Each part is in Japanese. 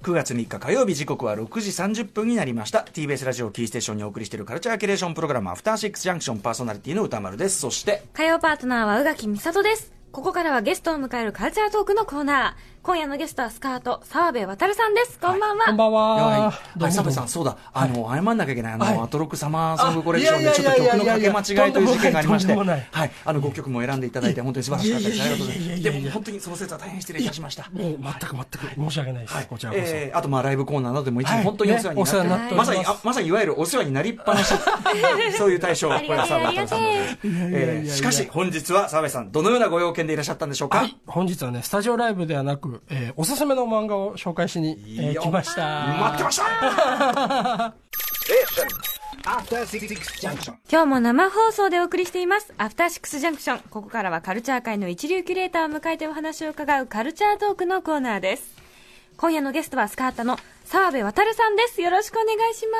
9月3日火曜日、時刻は6時30分になりました。 TBS ラジオキーステーションにお送りしているカルチャーキュレーションプログラム、アフターシックスジャンクション、パーソナリティの歌丸です。そして火曜パートナーは宇垣美里です。ここからはゲストを迎えるカルチャートークのコーナー。今夜のゲストはスカート澤部渉さんです。こんばんは。 こんばんは。 澤部さん、そうだ、謝んなきゃいけない、アトロックサマーソングコレクションでちょっと曲のかけ間違いという事件がありまして、はい、5曲も選んでいただいて本当に素晴らしかったです。ありがとうございます。でも本当にその説は大変失礼いたしました。 もう全く申し訳ないです。こちらこそ。 あとライブコーナーなどでもいつも本当にお世話になってます。まさにいわゆるお世話になりっぱなしそういう対象、これは澤部さんです。しかし本日は澤部さん、どのようなご用件でいらっしゃったんでしょうか。 本日はね、スタジオライブではなく、おすすめの漫画を紹介しに、来ました。 待ってました今日も生放送でお送りしていますアフターシックスジャンクション。ここからはカルチャー界の一流キュレーターを迎えてお話を伺うカルチャートークのコーナーです。今夜のゲストはスカートの澤部渉さんです。よろしくお願いします。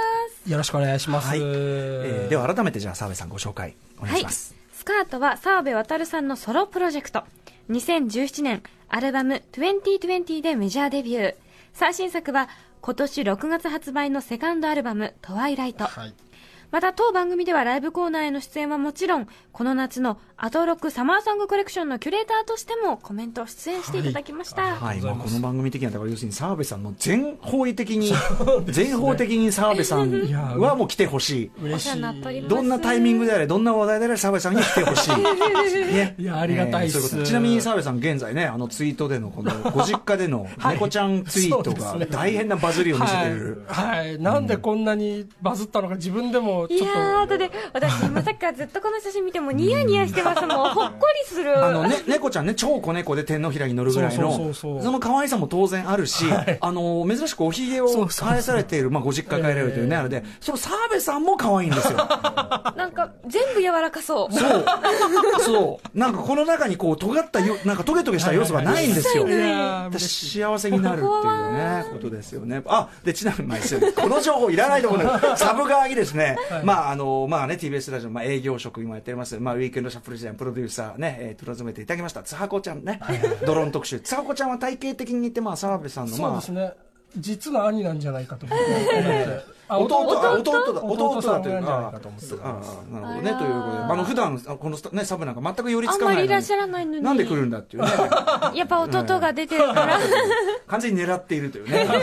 よろしくお願いします。 では改めてじゃあ澤部さんご紹介お願いします。 スカートは澤部渉さんのソロプロジェクト。2017年アルバム2020でメジャーデビュー。最新作は今年6月発売のセカンドアルバムトワイライト。また当番組ではライブコーナーへの出演はもちろん、この夏のアトロックサマーソングコレクションのキュレーターとしてもコメント出演していただきました。 この番組的にはだから要するに澤部さんの全方位的に澤部さんはもう来てほしい。 お世話になっております。 どんなタイミングであれ、どんな話題であれ澤部さんに来てほしい。 いや、ありがたいです。 ちなみに澤部さん現在ね、ツイートでのこのご実家での猫ちゃんツイートが大変なバズりを見せている。 なんでこんなにバズったのか自分でもちょっと。 私今さっきからずっとこの写真見てもニヤニヤしてますもん。ほっこりする。 猫ちゃんね、超子猫で天のひらに乗るぐらいのその可愛さも当然あるし、珍しくおひげを返されている、ご実家帰られるというね、あれで、その澤部さんも可愛いんですよ。 なんか全部柔らかそう。 そうなんかこの中にこう尖ったなんかトゲトゲした要素がないんですよ。幸せになるっていうねことですよね。でちなみにこの情報いらないと思うんだけど、サブ側にですね、TBS ラジオ営業職今やってます、ウィークエンドシャッフル時代のプロデューサーね、プロ詰めていただきました津波子ちゃんね、ドローン特集。津波子ちゃんは体型的に言って澤部さんのそうですね、実の兄なんじゃないかと思って弟だというか、なるほどね、ということで、普段このねサブなんか全く寄りつかないのに、 あんまりいらっしゃらないのになんで来るんだっていうね。 やっぱ弟が出てるから完全に狙っているというね。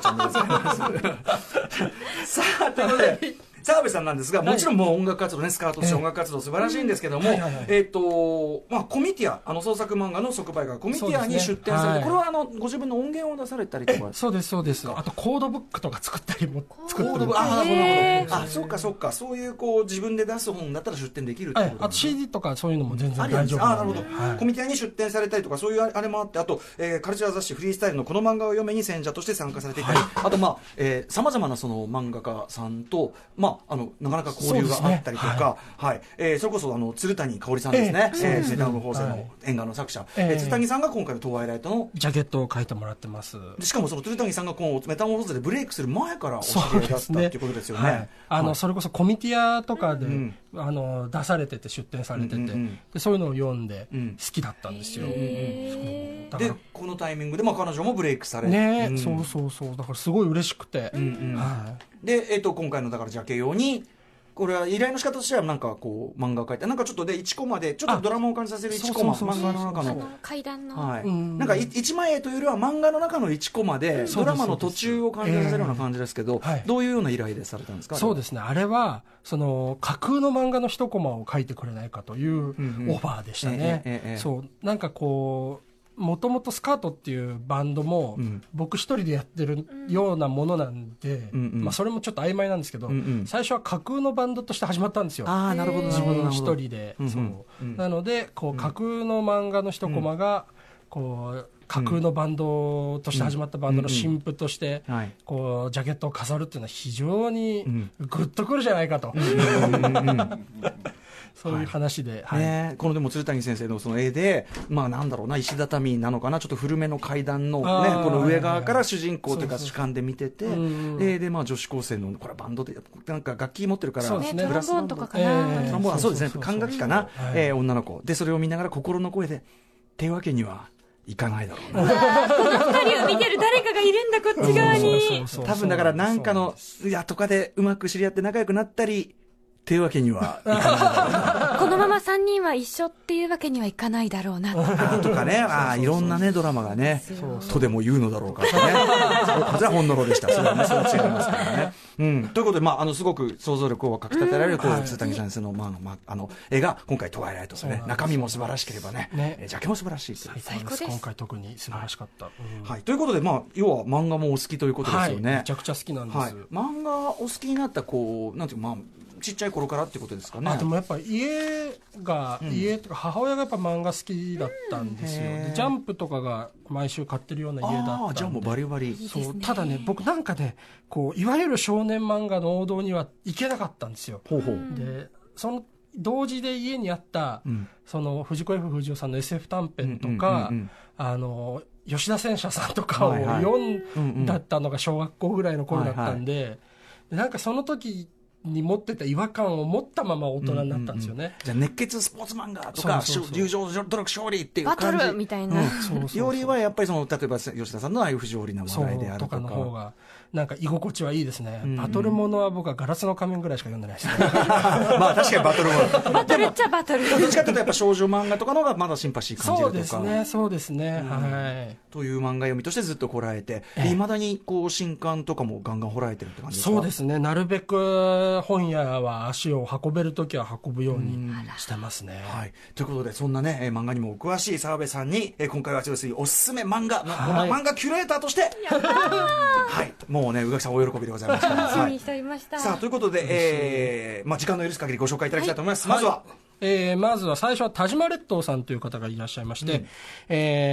さあということで澤部さんなんですが、もちろんもう音楽活動ね、スカートとして音楽活動素晴らしいんですけども、コミティア、創作漫画の即売会コミティアに出展されて、これはご自分の音源を出されたりとか。 そうです。あとコードブックとか作ってる。 そうか、そういう自分で出す本だったら出展できるってことですね。 あと CD とかそういうのも全然大丈夫なので。なるほど。コミティアに出展されたりとか、そういうあれもあって、あとカルチャー雑誌フリースタイルのこの漫画を読めに選者として参加されていたり、あとさまざまなその漫画家さんとなかなか交流があったりとか、それこそ鶴谷香織さんですね、メタル法制の縁側の作者、鶴谷さんが今回のトワイライトのジャケットを書いてもらってます。 しかもその鶴谷さんがこのメタモルフォーゼでブレイクする前からお知り合いだったっていうことですよね。 それこそコミティアとかで、出されてて出展されてて、でそういうのを読んで好きだったんですよ。 でこのタイミングで彼女もブレイクされて、そうだからすごい嬉しくて、 で今回のだからジャケ用にこれは依頼の仕方としてはなんか漫画を描いて、なんかちょっとで1コマでちょっとドラマを感じさせる1コマ、漫画の中の階段の、 なんか一枚絵というよりは漫画の中の1コマでドラマの途中を感じさせるような感じですけど、どういうような依頼でされたんですか。 そうですね、あれはその架空の漫画の1コマを描いてくれないかというオファーでしたね。なんかもともとスカートっていうバンドも僕一人でやってるようなものなんで、それもちょっと曖昧なんですけど、最初は架空のバンドとして始まったんですよ。 なるほど、 自分一人で。なので架空の漫画の一コマが架空のバンドとして始まったバンドの新譜としてジャケットを飾るっていうのは非常にグッとくるじゃないかと。そういう話で、 このでも鶴谷先生のその絵で、なんだろうな、石畳なのかな、ちょっと古めの階段の、この上側から主人公というか主観で見てて、で女子高生のこれバンドでなんか楽器持ってるから、 トロンボーンとかかな、 そうですね、管楽器かな、女の子でそれを見ながら心の声で、っていうわけにはいかないだろうな。 この二人を見てる誰かがいるんだ、こっち側に。 多分だからなんかのとかでうまく知り合って仲良くなったりっていうわけにはいかないだろうな。 このまま3人は一緒っていうわけにはいかないだろうなとかね、いろんなねドラマがねとでも言うのだろうかってね。それは本のろでした。それはね、それは違いますからね。ということで、すごく想像力をかき立てられる津谷先生の絵が今回トワイライトですね。中身も素晴らしければね、ジャケも素晴らしい。 最高です。今回特に素晴らしかった。 はい。ということで、要は漫画もお好きということですよね。 めちゃくちゃ好きなんです。 漫画お好きになったなんていうちっちゃい頃からっていうことですかね。 でもやっぱ家とか母親がやっぱ漫画好きだったんですよ。でジャンプとかが毎週買ってるような家だったんで。 じゃあもうバリバリ。 そう。ただね、僕なんかね、いわゆる少年漫画の王道には行けなかったんですよ。で、その同時で家にあった、その藤子 F 不二雄さんの SF 短編とか、吉田戦車さんとかを読んだったのが小学校ぐらいの頃だったんで、なんかその時に持ってた違和感を持ったまま大人になったんですよね。 じゃあ熱血スポーツ漫画とか友情努力勝利っていう感じバトルみたいな、 よりはやっぱり例えば吉田さんのああいう不条理な笑いであるとかの方がなんか居心地はいいですね。バトルものは僕はガラスの仮面ぐらいしか読んでないですね。 確かにバトルものバトルっちゃバトル。 どっちかというとやっぱ少女漫画とかの方がまだシンパシー感じるとか。 そうですね。はい。 という漫画読みとしてずっとこらえて、いまだに新刊とかもガンガンほらえてるって感じですか。 そうですね。なるべく本屋は足を運べるときは運ぶようにしてますね。 はい。ということでそんなね漫画にもお詳しい澤部さんに今回はおすすめ漫画漫画キュレーターとしてはいもうね宇垣さんお喜びでございました。 楽しみにしておりました。 さあということで時間の許す限りご紹介いただきたいと思います。まずは最初は田島列島さんという方がいらっしゃいまして、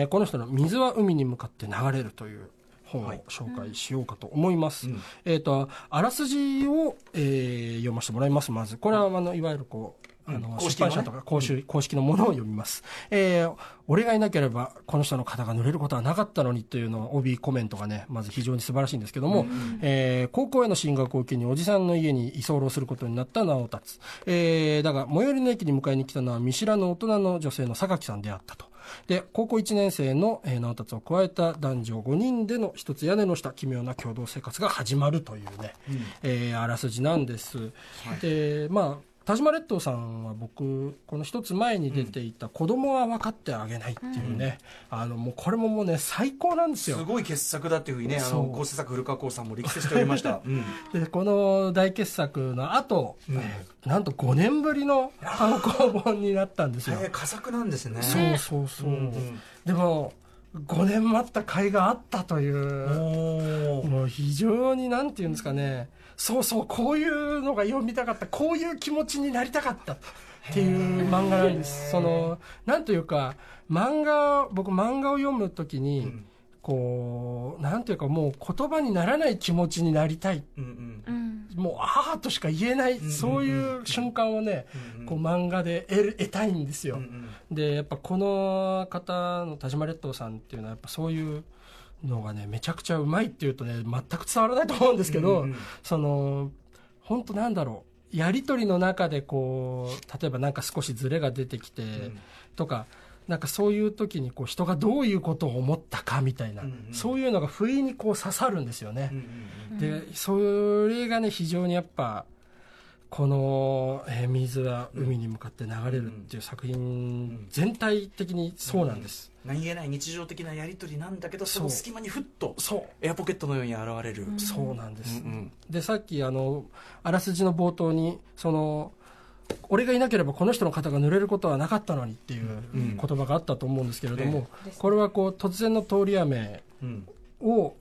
この人の水は海に向かって流れるという本を紹介しようかと思います。あらすじを、読ませてもらいます。まずこれはいわゆる出版社とか公式のものを読みます。俺がいなければこの人の肩が濡れることはなかったのにというのを OB コメントがねまず非常に素晴らしいんですけども、高校への進学を機におじさんの家に居候することになった直達、だが最寄りの駅に迎えに来たのは見知らぬ大人の女性の榊さんであったと。で高校1年生の直達を加えた男女5人での一つ屋根の下奇妙な共同生活が始まるというね、あらすじなんです。で田島列島さんは僕この一つ前に出ていた子供は分かってあげないっていうね、もうこれももうね最高なんですよ。 すごい傑作だっていうふうにね構成作古川光さんも力説しておりました。 でこの大傑作の後、なんと5年ぶりの単行本になったんですよ。 佳作なんですね。 そう、でも5年待った甲斐があったというもう非常になんていうんですかね、こういうのが読みたかった、こういう気持ちになりたかったっていう漫画なんです。なんというか僕漫画を読むときに、なんていうかもう言葉にならない気持ちになりたい、もうあーとしか言えない、そういう瞬間をね、漫画で得たいんですよ。でやっぱこの方の田島列島さんっていうのはやっぱそういうのがねめちゃくちゃうまいっていうとね全く伝わらないと思うんですけど、本当なんだろう、やり取りの中で例えばなんか少しズレが出てきて、とかなんかそういう時に人がどういうことを思ったかみたいな、そういうのが不意に刺さるんですよね。でそれがね非常にやっぱこの、水は海に向かって流れるっていう作品全体的にそうなんです。 何気ない日常的なやり取りなんだけど、その隙間にふっとエアポケットのように現れる。 そうなんです。でさっきあらすじの冒頭に俺がいなければこの人の肩が濡れることはなかったのにっていう言葉があったと思うんですけれども、これは突然の通り雨を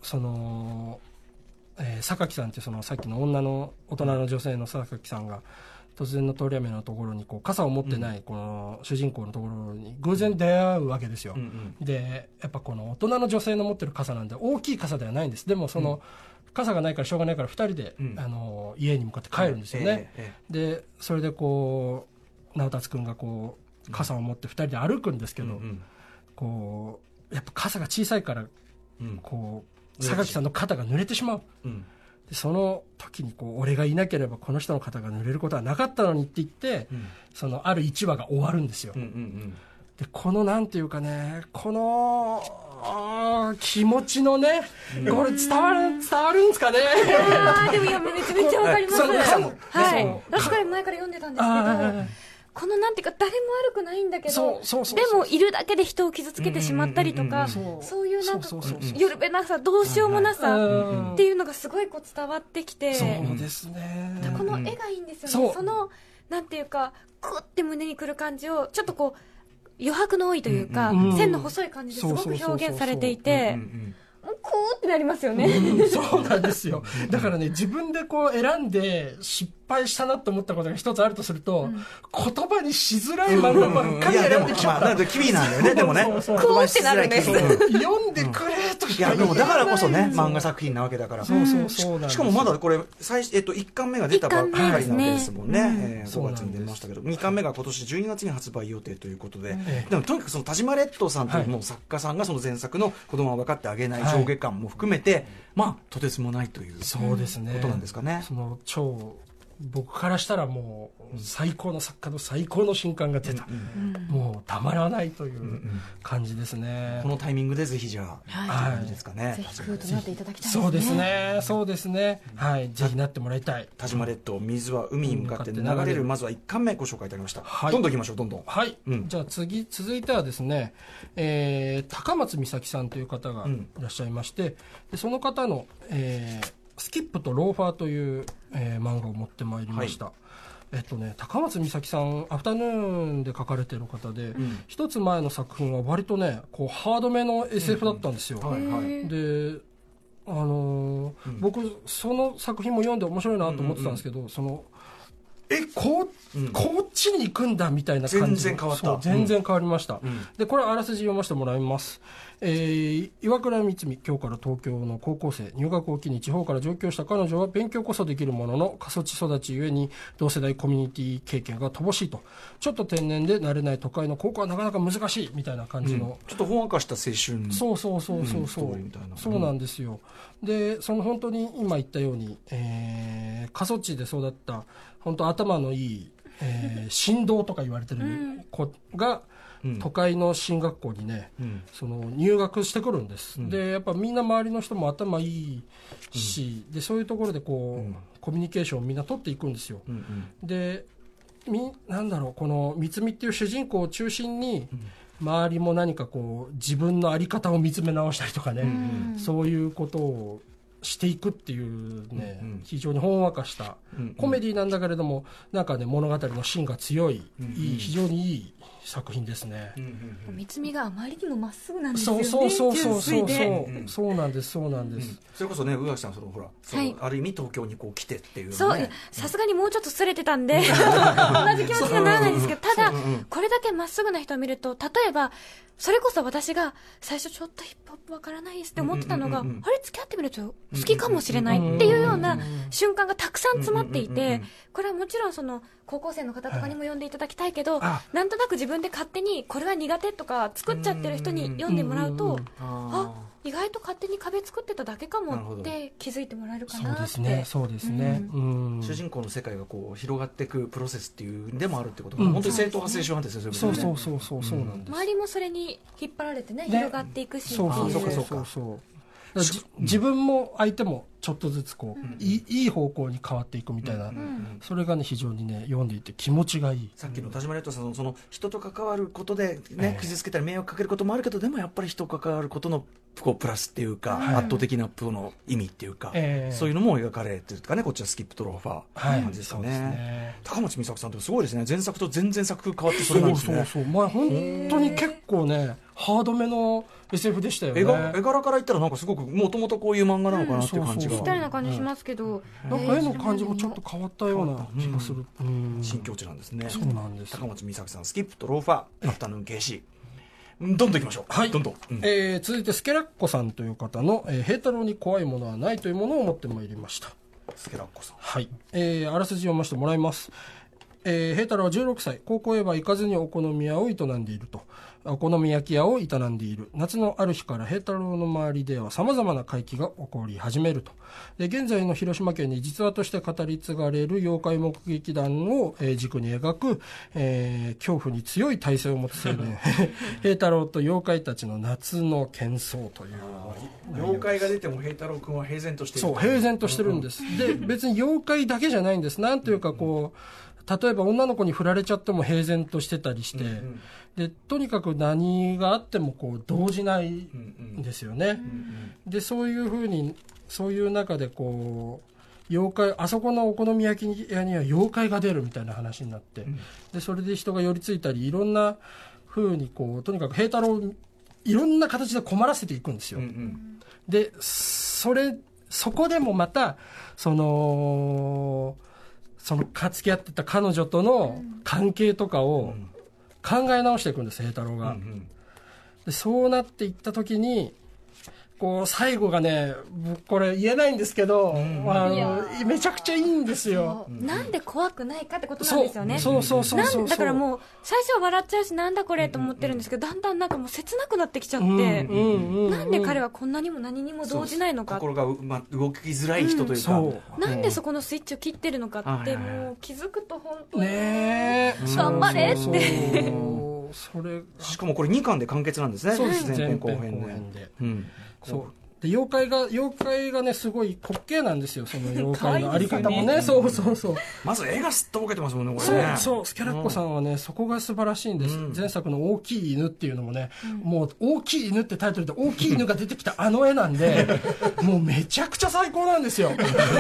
榊さんってさっきの大人の女性の榊さんが突然の通り雨のところに傘を持ってないこの主人公のところに偶然出会うわけですよ。でやっぱこの大人の女性の持ってる傘なんで大きい傘ではないんです。でも傘がないからしょうがないから2人で、家に向かって帰るんですよね。でそれで直達君が傘を持って2人で歩くんですけど、やっぱ傘が小さいから榊さんの肩が濡れてしまう。でその時に俺がいなければこの人の肩が濡れることはなかったのにって言って、ある1話が終わるんですよ。 でこのなんていうかね、この気持ちのね、これ伝わるんですかね。 でもいや、めちゃめちゃわかります。はい。私これ前から読んでたんですけど、このなんていうか、誰も悪くないんだけど、でもいるだけで人を傷つけてしまったりとか、そういうなんか、よるべなさ、どうしようもなさっていうのがすごいこう伝わってきて、 そうですね。 この絵がいいんですよね。その、なんていうか、クって胸にくる感じを、ちょっとこう、余白の多いというか、線の細い感じですごく表現されていて、こうってなりますよね。 そうなんですよ。だからね、自分でこう選んで失敗したなと思ったことが一つあるとすると、言葉にしづらい漫画ばっかり選んできちゃった。 キビなんだよね、でもね。 こうってなるんです。 読んでくれとか。 いや、でもだからこそね、漫画作品なわけだから。 そうなんです。 しかもまだこれ、1巻目が出たばっかりなわけですもんね。5月に出ましたけど、2巻目が今年12月に発売予定ということで、でもとにかくその田島列島さんという作家さんがその前作の子供は分かってあげない上下感も含めて、まあ、とてつもないということなんですかね。 その僕からしたらもう最高の作家の最高の瞬間が出た、もうたまらないという感じですね。 このタイミングでぜひじゃあ、いいですかね。 ぜひ空となっていただきたいですね。 そうですね。はい、ぜひなってもらいたい。 田島列島、水は海に向かって流れる。まずは1巻目ご紹介いただきました。どんどんいきましょう、どんどん。 はい。じゃあ続いてはですね、高松美咲さんという方がいらっしゃいまして、でその方の、スキップとローファーという、漫画を持ってまいりました。高松美咲さん、アフタヌーンで書かれている方で、一つ前の作品は割とね、こうハードめの SF だったんですよ。で、僕その作品も読んで面白いなと思ってたんですけど、こっちに行くんだみたいな感じ。 全然変わった。 全然変わりました。で、これあらすじ読ませてもらいます。岩倉光美、今日から東京の高校生、入学を機に地方から上京した彼女は勉強こそできるものの過疎地育ちゆえに同世代コミュニティ経験が乏しいと、ちょっと天然で慣れない都会の高校はなかなか難しいみたいな感じの、 ちょっとほんわかした青春そうなんですよ。でその本当に今言ったように、過疎地で育った本当頭のいい、神童とか言われてる子が、都会の進学校にね、その入学してくるんです、でやっぱみんな周りの人も頭いいし、でそういうところでこう、コミュニケーションをみんな取っていくんですよ、でなんだろう、この三つみっていう主人公を中心に、周りも何かこう自分の在り方を見つめ直したりとかね、そういうことをしていくっていうね、非常にほんわかしたコメディなんだけれども、なんかね物語の芯が強い、非常にいい作品ですね。 三つみがあまりにもまっすぐなんですよね。 そうなんです。それこそね、宇垣さんほら、ある意味東京にこう来てっていうね。 そう、さすがにもうちょっとすれてたんで同じ気持ちにはならないんですけど、ただこれだけまっすぐな人を見ると、例えばそれこそ私が最初ちょっとヒップホップわからないですって思ってたのが、あれ付き合ってみると好きかもしれないっていうような瞬間がたくさん詰まっていて、これはもちろんその高校生の方とかにも読んでいただきたいけど、なんとなく自分で勝手にこれは苦手とか作っちゃってる人に読んでもらうと、意外と勝手に壁作ってただけかもって気づいてもらえるかなって。 そうですね、 主人公の世界がこう広がっていくプロセスっていうでもあるってことが、本当に正統派青春なんですよ。 そうなんです。 周りもそれに引っ張られてね、広がっていくし、 自分も相手もちょっとずつこう、いい方向に変わっていくみたいな、それがね非常にね読んでいて気持ちがいい。 さっきの田島列島さんのその人と関わることでね、傷つけたり迷惑かけることもあるけど、でもやっぱり人と関わることのこうプラスっていうか、圧倒的なプロの意味っていうか、そういうのも描かれてるとかね、こっちはスキップとローファーって感じですかね。高松美咲さんってすごいですね。前作と全然作風変わってそれなんですね。 本当に結構ねハードめの SF でしたよね。 絵柄から言ったらなんかすごくもともとこういう漫画なのかなっていう感じが、 ぴったりな感じしますけど、 なんか絵の感じもちょっと変わったような気がする。 新境地なんですね。 そうなんです。 高松美咲さん、スキップとローファー、アフタヌーン警視。どんどん行きましょう。はい、どんどん。 続いてスケラッコさんという方の平太郎に怖いものはないというものを持ってまいりました。 スケラッコさん。 はい。あらすじ読ませてもらいます。 平太郎は16歳、高校へは行かずにお好み屋を営んでいると。お好み焼き屋を営んでいる。夏のある日から平太郎の周りでは様々な怪奇が起こり始めると。で、現在の広島県に実話として語り継がれる妖怪目撃談を、軸に描く、恐怖に強い耐性を持つ青年平太郎と妖怪たちの夏の喧騒という妖怪が出ても平太郎君は平然としている。 そう、平然としてるんです。で、別に妖怪だけじゃないんです。なんというかこう、例えば女の子に振られちゃっても平然としてたりして、でとにかく何があってもこう動じないんですよね。でそういうふうに、そういう中でこう妖怪、あそこのお好み焼き屋には妖怪が出るみたいな話になって、でそれで人が寄りついたり、いろんなふうにこうとにかく平太郎をいろんな形で困らせていくんですよ。でそこでもまたその付き合ってた彼女との関係とかを考え直していくんです、平太郎が。でそうなっていった時にこう最後がね、これ言えないんですけど、めちゃくちゃいいんですよ。 なんで怖くないかってことなんですよね。 そうだからもう最初は笑っちゃうし、なんだこれと思ってるんですけど、だんだんなんかもう切なくなってきちゃって、なんで彼はこんなにも何にも動じないのか、 心が、動きづらい人というか、 なんでそこのスイッチを切ってるのかって、もう気づくと本当に頑張れってそれしかもこれ2巻で完結なんですね。 そうです、 前編後編で。 そうで妖怪がねすごい滑稽なんですよ、その妖怪のあり方もね。そうまず絵がすっとぼけてますもんね、これね。 そうスキャラッコさんはね、そこが素晴らしいんです。前作の大きい犬っていうのもね、もう大きい犬ってタイトルで大きい犬が出てきたあの絵なんでもうめちゃくちゃ最高なんですよ。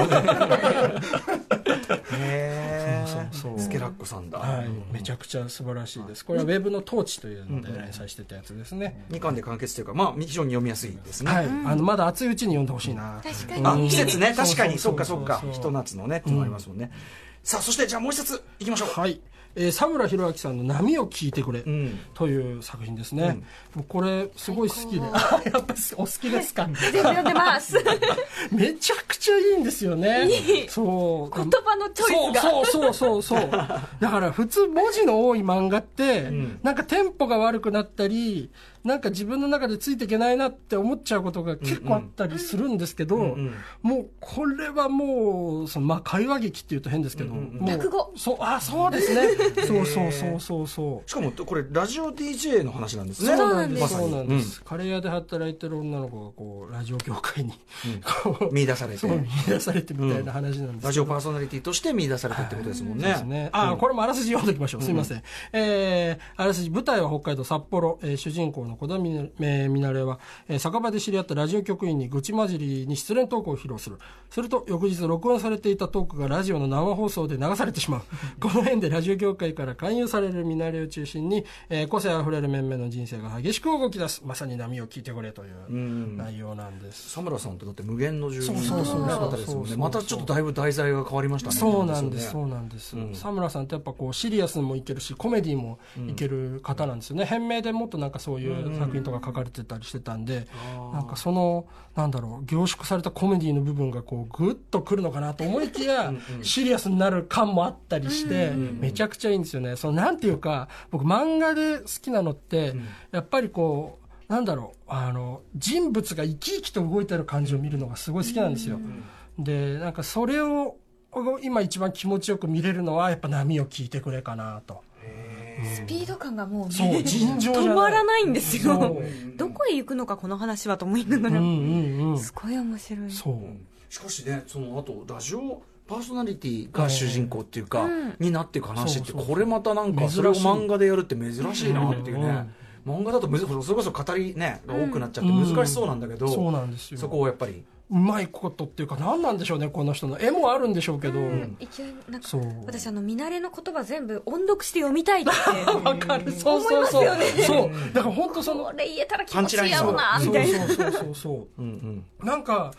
スケラッコさんだ。 めちゃくちゃ素晴らしいです。これはウェブのトーチというので連載してたやつですね。 2巻で完結というか、非常に読みやすいですね。 まだ暑いうちに読んでほしいな。 確かに季節ね、確かに、そっかひと夏のねってのありますもんね。さあそしてじゃあもう一ついきましょう。 はい、佐村弘明さんの波を聞いてくれという作品ですね。これすごい好きで、やっぱお好きですか？ 全部読んでますめちゃくちゃいいんですよね。 そう言葉のチョイスがだから普通文字の多い漫画って、なんかテンポが悪くなったり、なんか自分の中でついていけないなって思っちゃうことが結構あったりするんですけど、もうこれはもう会話劇っていうと変ですけど、 落語、 そうですね。そうしかもこれラジオ DJ の話なんですね。 そうなんです。カレー屋で働いてる女の子がこうラジオ業界に見出されてみたいな話なんです。 ラジオパーソナリティとして見出されてってことですもんね。 これもあらすじ読んでおきましょう。すいません。あらすじ、舞台は北海道札幌。主人公の小田みなれは酒場で知り合ったラジオ局員に愚痴混じりに失恋トークを披露する。すると翌日録音されていたトークがラジオの生放送で流されてしまう。この辺でラジオ業界から勧誘されるみなれを中心に、個性あふれる面々の人生が激しく動き出す、まさに波を聞いてくれという内容なんです。 佐村さんってだって無限の住人の方ですもんね。またちょっとだいぶ題材が変わりましたね。 そうなんです。佐村さんってやっぱこうシリアスもいけるしコメディもいける方なんですよね。変名でもっとなんかそういう作品とか書かれてたりしてたんで、なんかその凝縮されたコメディの部分がこうグッとくるのかなと思いきやシリアスになる感もあったりしてめちゃくちゃいいんですよね。なんていうか、僕漫画で好きなのって、やっぱりこう人物が生き生きと動いてる感じを見るのがすごい好きなんですよ。でなんかそれを今一番気持ちよく見れるのはやっぱ波を聞いてくれかなと。 スピード感がもう、 尋常じゃない、 止まらないんですよ。どこへ行くのかこの話はと思いながら、すごい面白い。 しかしね、その後ラジオパーソナリティが主人公っていうか、になっていく話って、これまたなんかそれを漫画でやるって珍しいなっていうね。漫画だとそれこそ語りねが多くなっちゃって難しそうなんだけど、 そうなんですよ。 そこをやっぱりうまいことっていうか、何なんでしょうね、この人の絵もあるんでしょうけど、 一応なんか私見慣れの言葉全部音読して読みたいってわかる。 そう思いますよね。 そうだから本当これ言えたら気持ちいいやろなみたいな。 なんか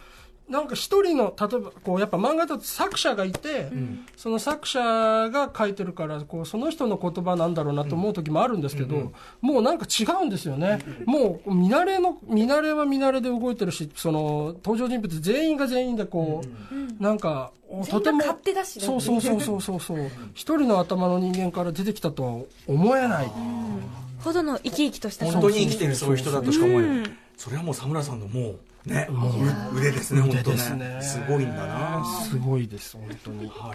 なんか一人の、例えばこうやっぱ漫画だと作者がいて、その作者が書いてるからこうその人の言葉なんだろうなと思う時もあるんですけど、もうなんか違うんですよね。もう見慣れは見慣れで動いてるし、その登場人物全員が全員でこう、なんかとても勝手だしね。 そう一人の頭の人間から出てきたとは思えない。 ほどの生き生きとした本当に生きてるそういう人だとしか思えない。それはもう沢村さんのもうね、腕ですね、本当ね。すごいんだな。 すごいです、本当に。 はい。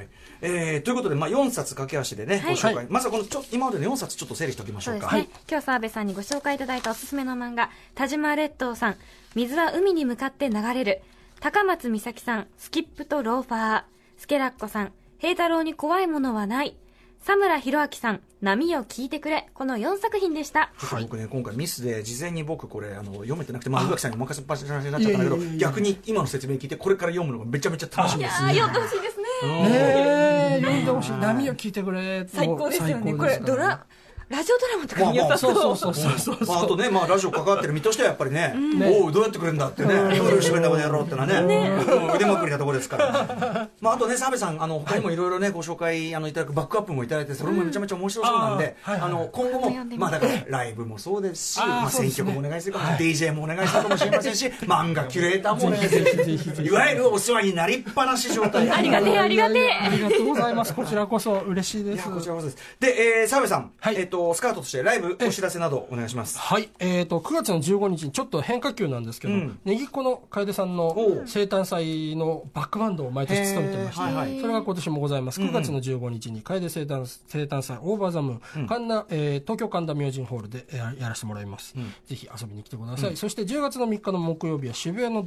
ということで、4冊駆け足でね、ご紹介。まずはこの今までの4冊ちょっと整理しておきましょうか。 そうですね。今日澤部さんにご紹介いただいたおすすめの漫画、田島列島さん、水は海に向かって流れる。高松美咲さん、スキップとローファー。スケラッコさん、平太郎に怖いものはない。佐村弘明さん、波を聞いてくれ。この4作品でした。 僕ね、今回ミスで事前に僕これ読めてなくて、宇垣さんにお任せっぱなしになっちゃったんだけど、逆に今の説明聞いてこれから読むのがめちゃめちゃ楽しみです。 読んでほしいですね。読んでほしい。波を聞いてくれ。 最高ですよね。これラジオドラマとかにやったそうあとね、ラジオ関わってる身としてはやっぱりね、おうどうやってくれるんだってね、協力してくれんだこの野郎ってのはね、腕まくりなところですから。あとね、澤部さん他にもいろいろねご紹介いただくバックアップもいただいて、それもめちゃめちゃ面白そうなんで、今後もだからライブもそうですし、選曲もお願いするかも、DJ もお願いするかもしれませんし、漫画キュレーターもお願いする、いわゆるお世話になりっぱなし状態。 ありがてえありがてえ。 ありがとうございます。こちらこそ嬉しいです。 こちらこそです。で、澤部さん、スカートとしてライブお知らせなどお願いします。 はい。9月の15日にちょっと変化球なんですけど、ネギっ子の楓さんの生誕祭のバックバンドを毎年務めてまして、それが今年もございます。9月の15日に楓生誕祭オーバーザムーン、東京神田明神ホールでやらせてもらいます。ぜひ遊びに来てください。そして10月の3日の木曜日は渋谷の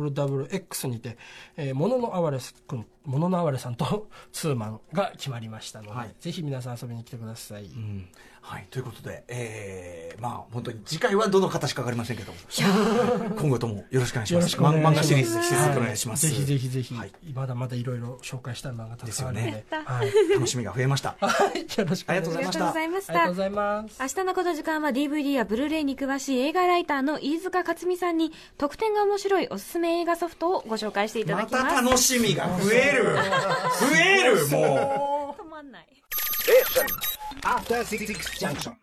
WWWX にて、もののあわれさんとツーマンが決まりましたので、ぜひ皆さん遊びに来てください。 はい、ということで、本当に次回はどの形か分かりませんけど、今後ともよろしくお願いします。漫画シリーズ引き続きお願いします。 ぜひ、まだまだいろいろ紹介したい漫画たくさんあるので、 楽しみが増えました。 よろしくお願いします。 ありがとうございました。 ありがとうございます。 明日のこの時間は DVD やブルーレイに詳しい映画ライターの飯塚克美さんに特典が面白いおすすめ映画ソフトをご紹介していただきます。 また楽しみが増えるもう止まんない。 After 66 junction.